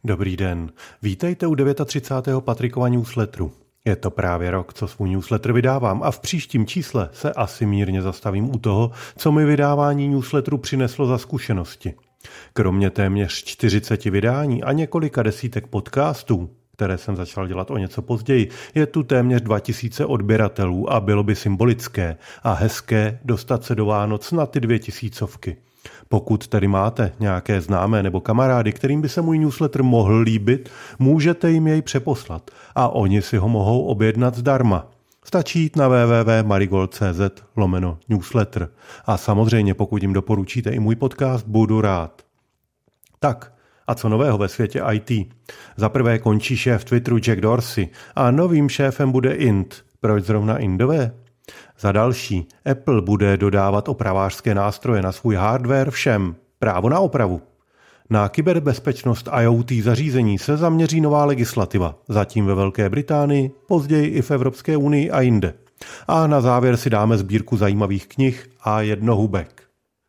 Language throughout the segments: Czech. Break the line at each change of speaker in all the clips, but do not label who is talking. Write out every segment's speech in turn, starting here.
Dobrý den. Vítejte u 39. Patrikova newsletteru. Je to právě rok, co svůj newsletter vydávám a v příštím čísle se asi mírně zastavím u toho, co mi vydávání newsletteru přineslo za zkušenosti. Kromě téměř 40 vydání a několika desítek podcastů, které jsem začal dělat o něco později, je tu téměř 2000 odběratelů a bylo by symbolické a hezké dostat se do Vánoc na ty 2000. Pokud tedy máte nějaké známé nebo kamarády, kterým by se můj newsletter mohl líbit, můžete jim jej přeposlat a oni si ho mohou objednat zdarma. Stačí jít na www.marigold.cz/newsletter a samozřejmě pokud jim doporučíte i můj podcast, budu rád. Tak, a co nového ve světě IT? Za prvé končí šéf Twitteru Jack Dorsey a novým šéfem bude Int. Proč zrovna Indové? Za další, Apple bude dodávat opravářské nástroje na svůj hardware všem. Právo na opravu. Na kyberbezpečnost IoT zařízení se zaměří nová legislativa, zatím ve Velké Británii, později i v Evropské unii a jinde. A na závěr si dáme sbírku zajímavých knih a jednohubek.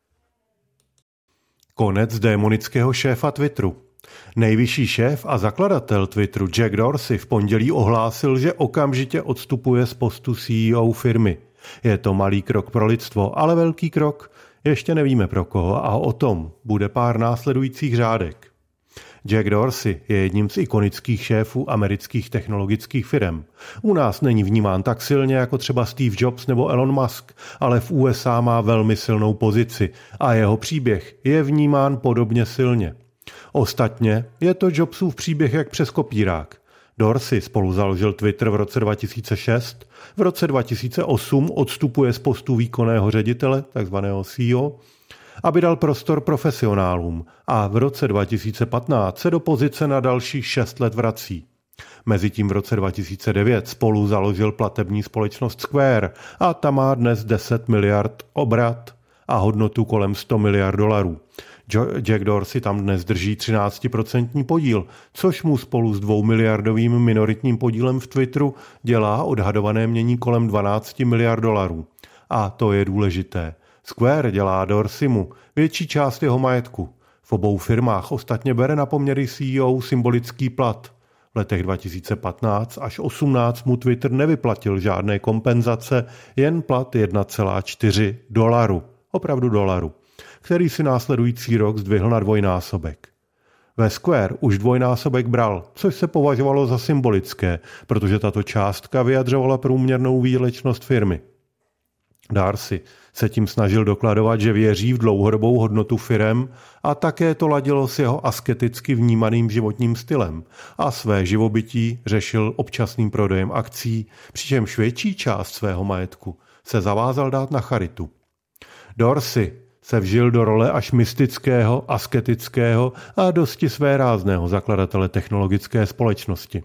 Konec démonického šéfa Twitteru. Nejvyšší šéf a zakladatel Twitteru Jack Dorsey v pondělí ohlásil, že okamžitě odstupuje z postu CEO firmy. Je to malý krok pro lidstvo, ale velký krok. Ještě nevíme pro koho a o tom bude pár následujících řádek. Jack Dorsey je jedním z ikonických šéfů amerických technologických firm. U nás není vnímán tak silně jako třeba Steve Jobs nebo Elon Musk, ale v USA má velmi silnou pozici a jeho příběh je vnímán podobně silně. Ostatně je to Jobsův příběh jak přes kopírák. Dorsey spolu založil Twitter v roce 2006, v roce 2008 odstupuje z postu výkonného ředitele, takzvaného CEO, aby dal prostor profesionálům a v roce 2015 se do pozice na dalších 6 let vrací. Mezitím v roce 2009 spolu založil platební společnost Square a ta má dnes 10 miliard obrat a hodnotu kolem 100 miliard dolarů. Jack Dorsey tam dnes drží 13% podíl, což mu spolu s 2 miliardovým minoritním podílem v Twitteru dělá odhadované mění kolem 12 miliard dolarů. A to je důležité. Square dělá Dorseymu větší část jeho majetku. V obou firmách ostatně bere na poměry CEO symbolický plat. V letech 2015 až 2018 mu Twitter nevyplatil žádné kompenzace, jen plat 1,4 dolaru. Opravdu dolaru, který si následující rok zdvihl na dvojnásobek. Ve Square už dvojnásobek bral, což se považovalo za symbolické, protože tato částka vyjadřovala průměrnou výdělečnost firmy. Dorsey se tím snažil dokladovat, že věří v dlouhodobou hodnotu firem a také to ladilo s jeho asketicky vnímaným životním stylem a své živobytí řešil občasným prodejem akcí, přičemž větší část svého majetku se zavázal dát na charitu. Dorsey se vžil do role až mystického, asketického a dosti svérázného zakladatele technologické společnosti.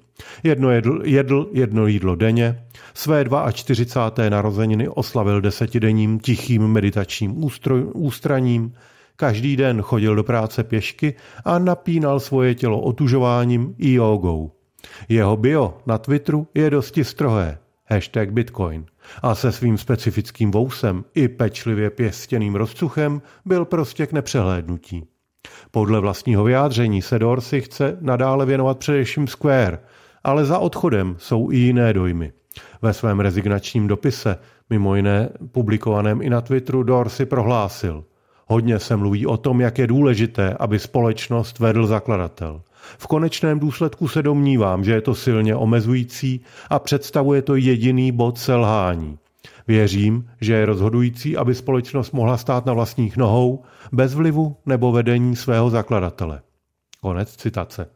Jedl jedno jídlo denně, své 42. narozeniny oslavil 10denním tichým meditačním ústraním, každý den chodil do práce pěšky a napínal svoje tělo otužováním i jógou. Jeho bio na Twitteru je dosti strohé. #Bitcoin. A se svým specifickým vousem i pečlivě pěstěným rozcuchem byl prostě k nepřehlédnutí. Podle vlastního vyjádření se Dorsey chce nadále věnovat především Square, ale za odchodem jsou i jiné dojmy. Ve svém rezignačním dopise, mimo jiné publikovaném i na Twitteru, Dorsey prohlásil: hodně se mluví o tom, jak je důležité, aby společnost vedl zakladatel. V konečném důsledku se domnívám, že je to silně omezující a představuje to jediný bod selhání. Věřím, že je rozhodující, aby společnost mohla stát na vlastních nohou, bez vlivu nebo vedení svého zakladatele. Konec citace.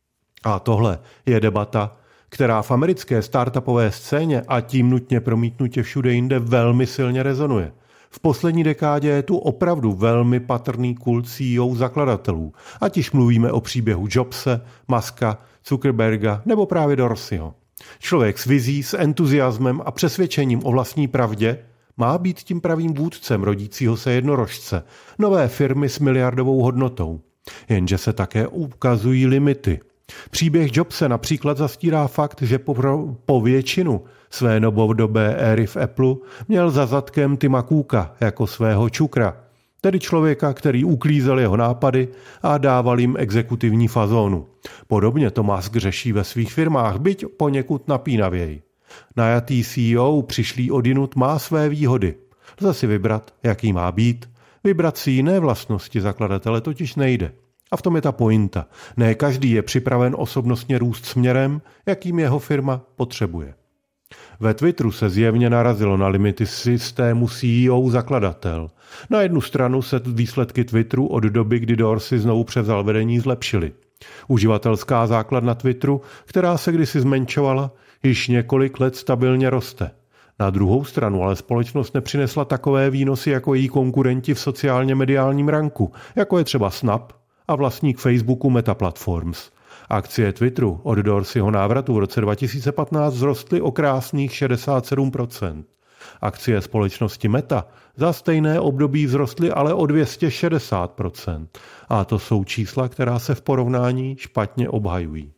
A tohle je debata, která v americké startupové scéně a tím nutně promítnutě všude jinde velmi silně rezonuje. V poslední dekádě je tu opravdu velmi patrný kult CEO zakladatelů, ať již mluvíme o příběhu Jobse, Muska, Zuckerberga nebo právě Dorseyho. Člověk s vizí, s entuziasmem a přesvědčením o vlastní pravdě má být tím pravým vůdcem rodícího se jednorožce, nové firmy s miliardovou hodnotou. Jenže se také ukazují limity. Příběh Jobse například zastírá fakt, že po většinu své novodobé éry v Apple měl za zadkem Tima Cooka jako svého čukra. Tedy člověka, který uklízel jeho nápady a dával jim exekutivní fazónu. Podobně to Musk řeší ve svých firmách, byť poněkud napínavěji. Najatý CEO přišlý odinut má své výhody. Lze si vybrat, jaký má být. Vybrat si jiné vlastnosti zakladatele totiž nejde. A v tom je ta pointa. Ne každý je připraven osobnostně růst směrem, jakým jeho firma potřebuje. Ve Twitteru se zjevně narazilo na limity systému CEO zakladatel. Na jednu stranu se výsledky Twitteru od doby, kdy Dorsey znovu převzal vedení, zlepšily. Uživatelská základna Twitteru, která se kdysi zmenšovala, již několik let stabilně roste. Na druhou stranu ale společnost nepřinesla takové výnosy jako její konkurenti v sociálně mediálním ranku, jako je třeba Snap a vlastník Facebooku Meta Platforms. Akcie Twitteru od Dorseyho návratu v roce 2015 vzrostly o krásných 67%. Akcie společnosti Meta za stejné období vzrostly ale o 260%. A to jsou čísla, která se v porovnání špatně obhajují.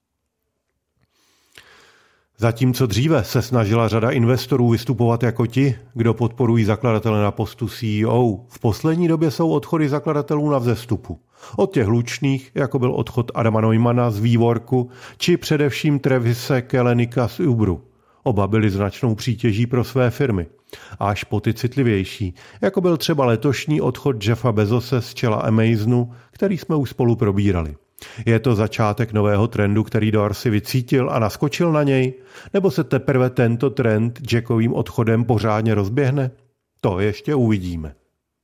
Zatímco dříve se snažila řada investorů vystupovat jako ti, kdo podporují zakladatele na postu CEO, v poslední době jsou odchody zakladatelů na vzestupu. Od těch hlučných, jako byl odchod Adama Neumanna z WeWorku, či především Travise Kalanick'a z Uberu. Oba byli značnou přítěží pro své firmy. Až po ty citlivější, jako byl třeba letošní odchod Jeffa Bezose z čela Amazonu, který jsme už spolu probírali. Je to začátek nového trendu, který Dorsey vycítil a naskočil na něj? Nebo se teprve tento trend Jackovým odchodem pořádně rozběhne? To ještě uvidíme.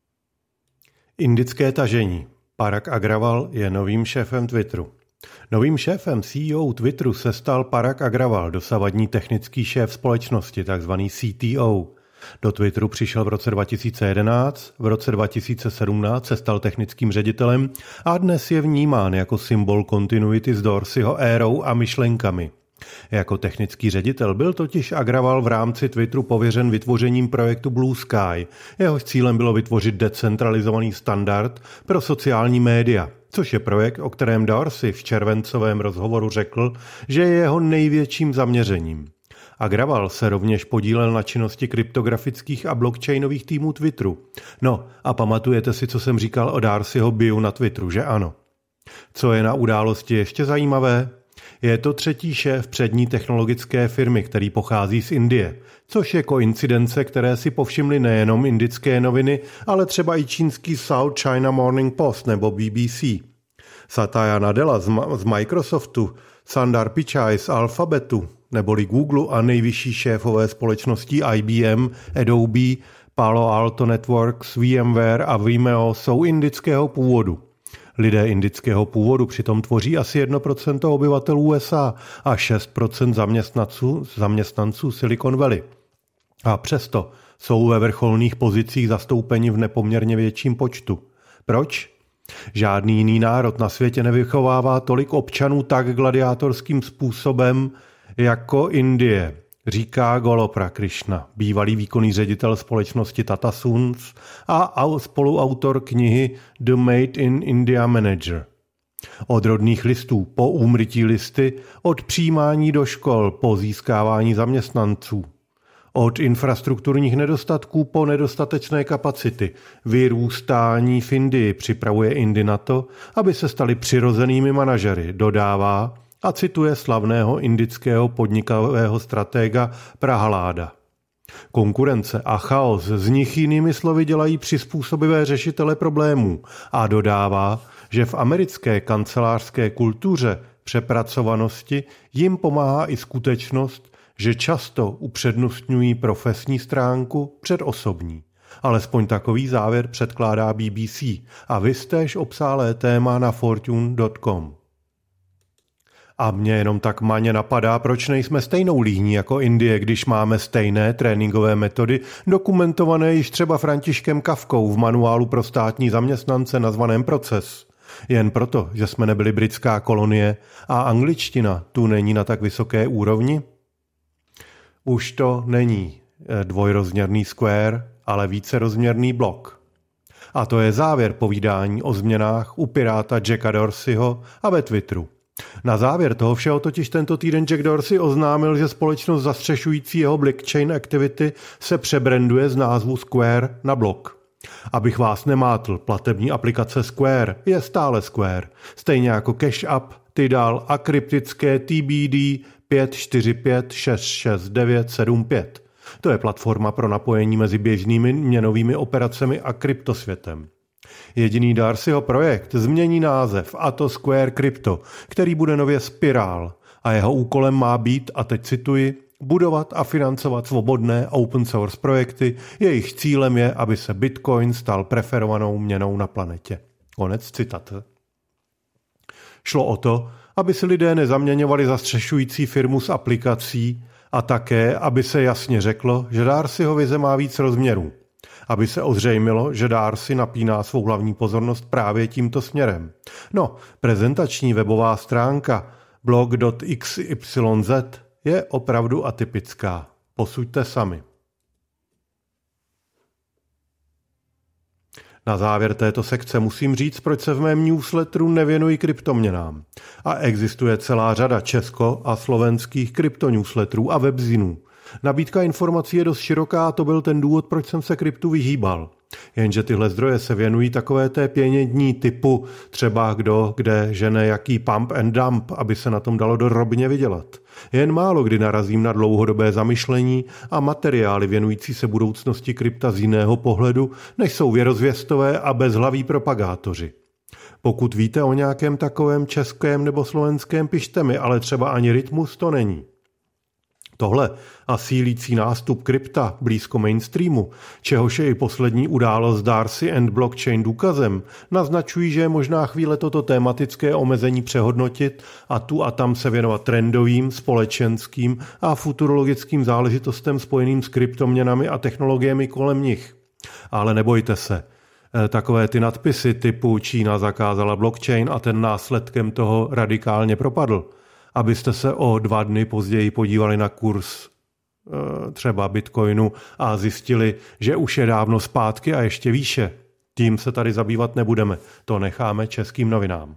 Indické tažení. Parag Agrawal je novým šéfem Twitteru. Novým šéfem CEO Twitteru se stal Parag Agrawal, dosavadní technický šéf společnosti, takzvaný CTO. Do Twitteru přišel v roce 2011, v roce 2017 se stal technickým ředitelem a dnes je vnímán jako symbol kontinuity s Dorseyho érou a myšlenkami. Jako technický ředitel byl totiž Agrawal v rámci Twitteru pověřen vytvořením projektu Blue Sky. Jehož cílem bylo vytvořit decentralizovaný standard pro sociální média, což je projekt, o kterém Dorsey v červencovém rozhovoru řekl, že je jeho největším zaměřením. Agrawal se rovněž podílel na činnosti kryptografických a blockchainových týmů Twitteru. No a pamatujete si, co jsem říkal o Dorseyho bio na Twitteru, že ano? Co je na události ještě zajímavé? Je to třetí šéf přední technologické firmy, který pochází z Indie, což je koincidence, které si povšimly nejenom indické noviny, ale třeba i čínský South China Morning Post nebo BBC. Satya Nadella z Microsoftu, Sundar Pichai z Alphabetu, neboli Google a nejvyšší šéfové společností IBM, Adobe, Palo Alto Networks, VMware a Vimeo jsou indického původu. Lidé indického původu přitom tvoří asi 1% obyvatel USA a 6% zaměstnanců Silicon Valley. A přesto jsou ve vrcholných pozicích zastoupeni v nepoměrně větším počtu. Proč? Žádný jiný národ na světě nevychovává tolik občanů tak gladiátorským způsobem jako Indie, říká Golopra Krishna, bývalý výkonný ředitel společnosti Tata Sons a spoluautor knihy The Made in India Manager. Od rodných listů po úmrtí listy, od přijímání do škol po získávání zaměstnanců. Od infrastrukturních nedostatků po nedostatečné kapacity, vyrůstání v Indii připravuje Indy na to, aby se stali přirozenými manažery, dodává a cituje slavného indického podnikavého stratega Prahláda. Konkurence a chaos z nich jinými slovy dělají přizpůsobivé řešitele problémů a dodává, že v americké kancelářské kultuře přepracovanosti jim pomáhá i skutečnost, že často upřednostňují profesní stránku před osobní. Alespoň takový závěr předkládá BBC a viz též obsálé téma na fortune.com. A mě jenom tak maně napadá, proč nejsme stejnou líhní jako Indie, když máme stejné tréninkové metody dokumentované již třeba Františkem Kafkou v manuálu pro státní zaměstnance nazvaném Proces. Jen proto, že jsme nebyli britská kolonie a angličtina tu není na tak vysoké úrovni? Už to není dvojrozměrný square, ale vícerozměrný blok. A to je závěr povídání o změnách u piráta Jacka Dorseyho a ve Twitteru. Na závěr toho všeho totiž tento týden Jack Dorsey oznámil, že společnost zastřešující jeho blockchain activity se přebranduje z názvu Square na Block. Abych vás nemátl, platební aplikace Square je stále Square, stejně jako Cash App, Tidal a kryptické TBD 545666975. To je platforma pro napojení mezi běžnými měnovými operacemi a kryptosvětem. Jediný Darcyho projekt změní název, a to Square Crypto, který bude nově Spiral, a jeho úkolem má být, a teď cituji, budovat a financovat svobodné open source projekty, jejich cílem je, aby se Bitcoin stal preferovanou měnou na planetě. Konec citace. Šlo o to, aby si lidé nezaměňovali zastřešující firmu s aplikací a také, aby se jasně řeklo, že Darcyho vize má víc rozměrů. Aby se ozřejmilo, že Darcy napíná svou hlavní pozornost právě tímto směrem. No, prezentační webová stránka blog.xyz je opravdu atypická. Posuďte sami. Na závěr této sekce musím říct, proč se v mém newsletteru nevěnuji kryptoměnám. A existuje celá řada česko- a slovenských kryptonewsletterů a webzinů. Nabídka informací je dost široká a to byl ten důvod, proč jsem se kryptu vyhýbal. Jenže tyhle zdroje se věnují takové té pěnědní typu třeba kdo, kde, žene, jaký pump and dump, aby se na tom dalo drobně vydělat. Jen málo kdy narazím na dlouhodobé zamyšlení a materiály věnující se budoucnosti krypta z jiného pohledu, než jsou věrozvěstové a bezhlaví propagátoři. Pokud víte o nějakém takovém českém nebo slovenském, pište mi, ale třeba ani Rytmus to není. Tohle a sílící nástup krypta blízko mainstreamu, čehož je i poslední událost Darcy and Blockchain důkazem, naznačují, že je možná chvíle toto tematické omezení přehodnotit a tu a tam se věnovat trendovým, společenským a futurologickým záležitostem spojeným s kryptoměnami a technologiemi kolem nich. Ale nebojte se, takové ty nadpisy typu Čína zakázala blockchain a ten následkem toho radikálně propadl, abyste se o 2 dny později podívali na kurz třeba Bitcoinu a zjistili, že už je dávno zpátky a ještě výše. Tím se tady zabývat nebudeme, to necháme českým novinám.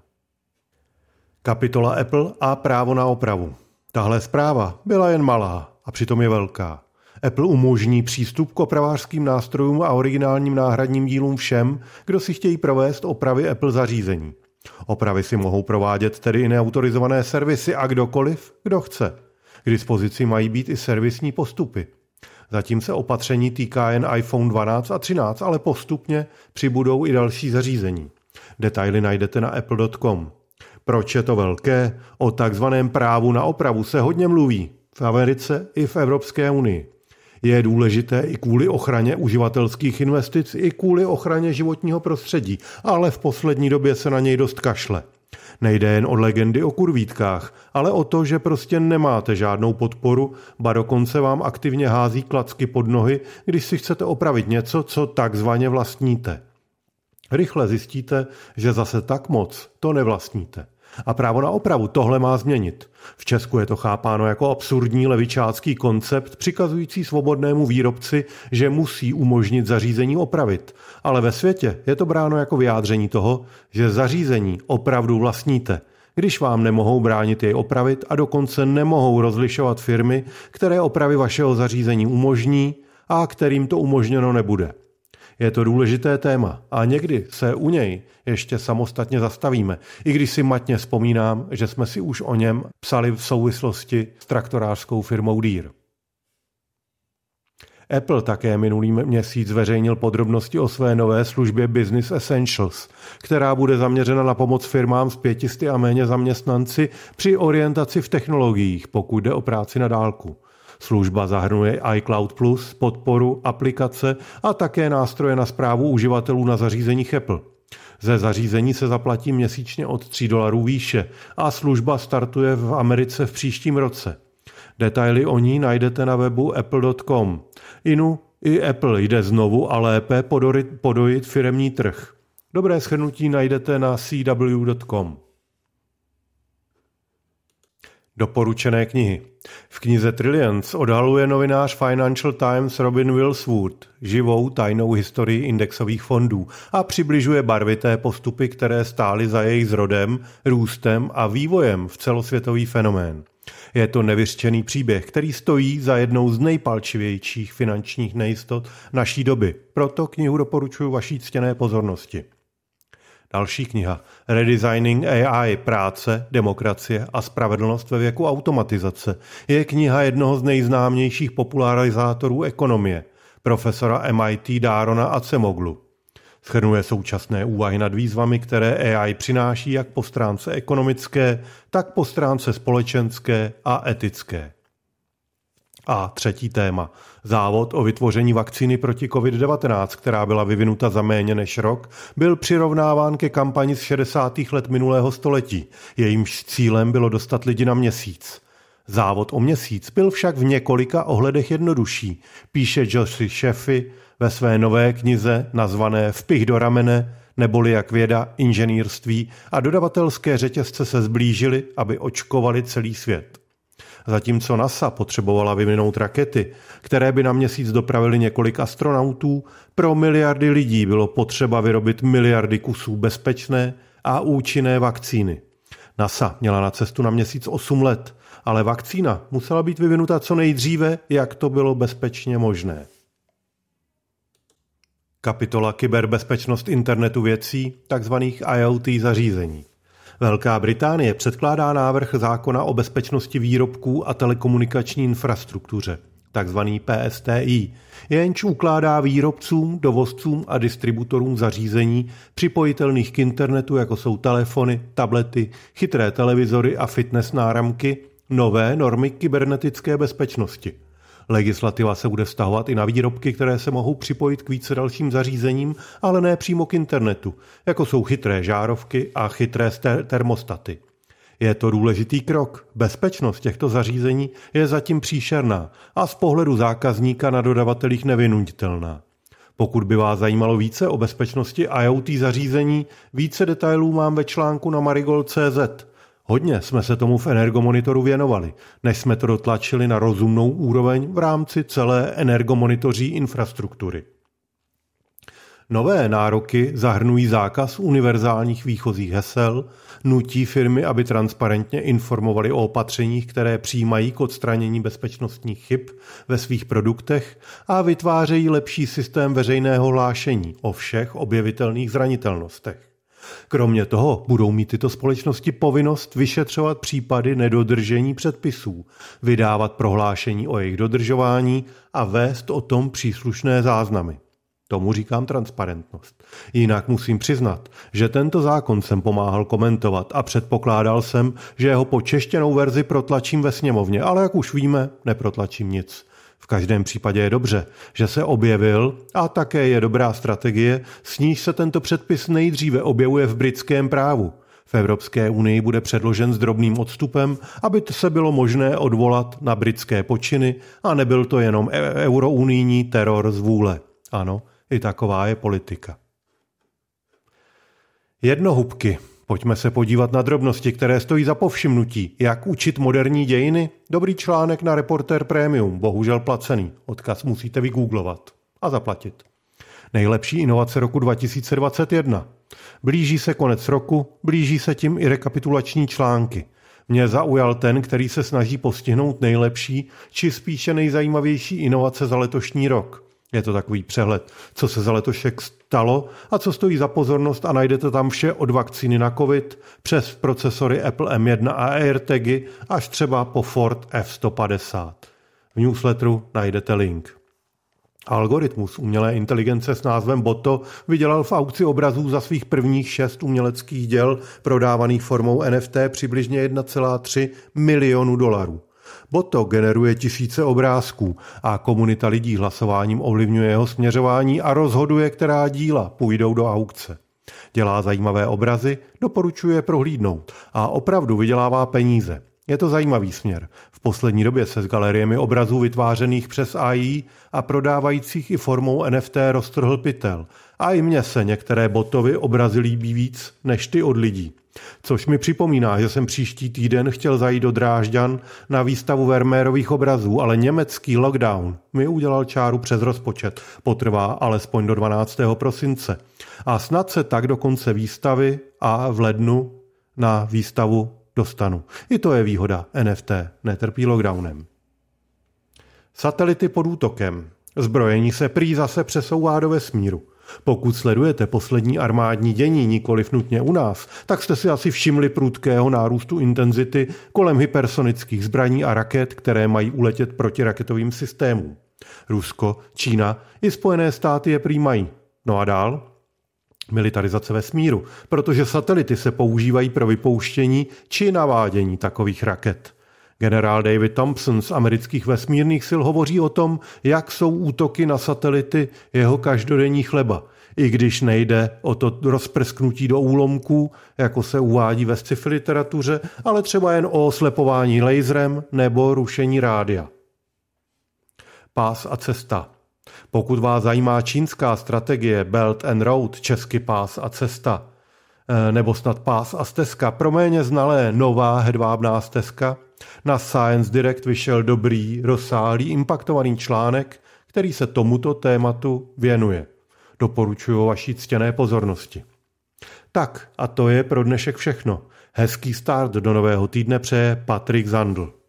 Kapitola Apple a právo na opravu. Tahle zpráva byla jen malá a přitom je velká. Apple umožní přístup k opravářským nástrojům a originálním náhradním dílům všem, kdo si chtějí provést opravy Apple zařízení. Opravy si mohou provádět tedy i neautorizované servisy a kdokoliv, kdo chce. K dispozici mají být i servisní postupy. Zatím se opatření týká jen iPhone 12 a 13, ale postupně přibudou i další zařízení. Detaily najdete na apple.com. Proč je to velké? O takzvaném právu na opravu se hodně mluví v Americe i v Evropské unii. Je důležité i kvůli ochraně uživatelských investic, i kvůli ochraně životního prostředí, ale v poslední době se na něj dost kašle. Nejde jen o legendy o kurvítkách, ale o to, že prostě nemáte žádnou podporu, ba dokonce vám aktivně hází klacky pod nohy, když si chcete opravit něco, co takzvaně vlastníte. Rychle zjistíte, že zase tak moc to nevlastníte. A právo na opravu tohle má změnit. V Česku je to chápáno jako absurdní levičácký koncept přikazující svobodnému výrobci, že musí umožnit zařízení opravit. Ale ve světě je to bráno jako vyjádření toho, že zařízení opravdu vlastníte, když vám nemohou bránit jej opravit a dokonce nemohou rozlišovat firmy, které opravy vašeho zařízení umožní a kterým to umožněno nebude. Je to důležité téma a někdy se u něj ještě samostatně zastavíme, i když si matně vzpomínám, že jsme si už o něm psali v souvislosti s traktorářskou firmou Deere. Apple také minulý měsíc zveřejnil podrobnosti o své nové službě Business Essentials, která bude zaměřena na pomoc firmám s 500 a méně zaměstnanci při orientaci v technologiích, pokud jde o práci na dálku. Služba zahrnuje iCloud+, podporu, aplikace a také nástroje na správu uživatelů na zařízeních Apple. Ze zařízení se zaplatí měsíčně od $3 výše a služba startuje v Americe v příštím roce. Detaily o ní najdete na webu apple.com. I Apple jde znovu a lépe podojit firemní trh. Dobré shrnutí najdete na cw.com. Doporučené knihy. V knize Trillions odhaluje novinář Financial Times Robin Wilswood živou tajnou historii indexových fondů a přibližuje barvité postupy, které stály za jejich zrodem, růstem a vývojem v celosvětový fenomén. Je to nevyřčený příběh, který stojí za jednou z nejpalčivějších finančních nejistot naší doby. Proto knihu doporučuji vaší ctěné pozornosti. Další kniha Redesigning AI, práce, demokracie a spravedlnost ve věku automatizace je kniha jednoho z nejznámějších popularizátorů ekonomie, profesora MIT Darona Acemoglu. Shrnuje současné úvahy nad výzvami, které AI přináší jak po stránce ekonomické, tak po stránce společenské a etické. A třetí téma. Závod o vytvoření vakcíny proti COVID-19, která byla vyvinuta za méně než rok, byl přirovnáván ke kampani z 60. let minulého století. Jejímž cílem bylo dostat lidi na Měsíc. Závod o Měsíc byl však v několika ohledech jednodušší, píše Joshi Sheffy ve své nové knize nazvané Vpich do ramene, neboli jak věda, inženýrství a dodavatelské řetězce se zblížily, aby očkovali celý svět. Zatímco NASA potřebovala vyvinout rakety, které by na Měsíc dopravily několik astronautů, pro miliardy lidí bylo potřeba vyrobit miliardy kusů bezpečné a účinné vakcíny. NASA měla na cestu na Měsíc 8 let, ale vakcína musela být vyvinuta co nejdříve, jak to bylo bezpečně možné. Kapitola Kyberbezpečnost internetu věcí, takzvaných IoT zařízení. Velká Británie předkládá návrh zákona o bezpečnosti výrobků a telekomunikační infrastruktuře, takzvaný PSTI, jenž ukládá výrobcům, dovozcům a distributorům zařízení připojitelných k internetu, jako jsou telefony, tablety, chytré televizory a fitness náramky, nové normy kybernetické bezpečnosti. Legislativa se bude vztahovat i na výrobky, které se mohou připojit k více dalším zařízením, ale ne přímo k internetu, jako jsou chytré žárovky a chytré termostaty. Je to důležitý krok. Bezpečnost těchto zařízení je zatím příšerná a z pohledu zákazníka na dodavatelích nevynutitelná. Pokud by vás zajímalo více o bezpečnosti IoT zařízení, více detailů mám ve článku na marigold.cz. Hodně jsme se tomu v Energomonitoru věnovali, než jsme to dotlačili na rozumnou úroveň v rámci celé energomonitoří infrastruktury. Nové nároky zahrnují zákaz univerzálních výchozích hesel, nutí firmy, aby transparentně informovali o opatřeních, které přijímají k odstranění bezpečnostních chyb ve svých produktech a vytvářejí lepší systém veřejného hlášení o všech objevitelných zranitelnostech. Kromě toho budou mít tyto společnosti povinnost vyšetřovat případy nedodržení předpisů, vydávat prohlášení o jejich dodržování a vést o tom příslušné záznamy. Tomu říkám transparentnost. Jinak musím přiznat, že tento zákon jsem pomáhal komentovat a předpokládal jsem, že jeho počeštěnou verzi protlačím ve sněmovně, ale jak už víme, neprotlačím nic. V každém případě je dobře, že se objevil a také je dobrá strategie, s níž se tento předpis nejdříve objevuje v britském právu. V Evropské unii bude předložen s drobným odstupem, aby se bylo možné odvolat na britské počiny a nebyl to jenom eurounijní teror z vůle. Ano, i taková je politika. Jednohubky. Pojďme se podívat na drobnosti, které stojí za povšimnutí. Jak učit moderní dějiny? Dobrý článek na Reporter Premium, bohužel placený. Odkaz musíte vygooglovat a zaplatit. Nejlepší inovace roku 2021. Blíží se konec roku, blíží se tím i rekapitulační články. Mě zaujal ten, který se snaží postihnout nejlepší, či spíše nejzajímavější inovace za letošní rok. Je to takový přehled, co se za letošek stalo a co stojí za pozornost a najdete tam vše od vakcíny na COVID přes procesory Apple M1 a AirTagy až třeba po Ford F-150. V newsletteru najdete link. Algoritmus umělé inteligence s názvem Boto vydělal v aukci obrazů za svých prvních 6 uměleckých děl prodávaných formou NFT přibližně 1,3 milionu dolarů. Boto generuje tisíce obrázků a komunita lidí hlasováním ovlivňuje jeho směřování a rozhoduje, která díla půjdou do aukce. Dělá zajímavé obrazy, doporučuje prohlídnout a opravdu vydělává peníze. Je to zajímavý směr. V poslední době se s galeriemi obrazů vytvářených přes AI a prodávajících i formou NFT roztrhl pytel. A i mně se některé Botovy obrazy líbí víc než ty od lidí. Což mi připomíná, že jsem příští týden chtěl zajít do Drážďan na výstavu Vermeerových obrazů, ale německý lockdown mi udělal čáru přes rozpočet. Potrvá alespoň do 12. prosince. A snad se tak do konce výstavy a v lednu na výstavu dostanu. I to je výhoda NFT, netrpí lockdownem. Satelity pod útokem. Zbrojení se prý zase přesouvá do vesmíru. Pokud sledujete poslední armádní dění, nikoliv nutně u nás, tak jste si asi všimli prudkého nárůstu intenzity kolem hypersonických zbraní a raket, které mají uletět proti raketovým systémům. Rusko, Čína i Spojené státy je prý mají. No a dál? Militarizace vesmíru, protože satelity se používají pro vypouštění či navádění takových raket. Generál David Thompson z amerických vesmírných sil hovoří o tom, jak jsou útoky na satelity jeho každodenní chleba, i když nejde o to rozprsknutí do úlomků, jako se uvádí ve sci-fi literatuře, ale třeba jen o oslepování laserem nebo rušení rádia. Pás a cesta. Pokud vás zajímá čínská strategie Belt and Road, česky pás a cesta, nebo snad pás a stezka, pro méně znalé nová hedvábná stezka, na Science Direct vyšel dobrý, rozsáhlý, impaktovaný článek, který se tomuto tématu věnuje. Doporučuji vaší ctěné pozornosti. Tak a to je pro dnešek všechno. Hezký start do nového týdne přeje Patrik Zandl.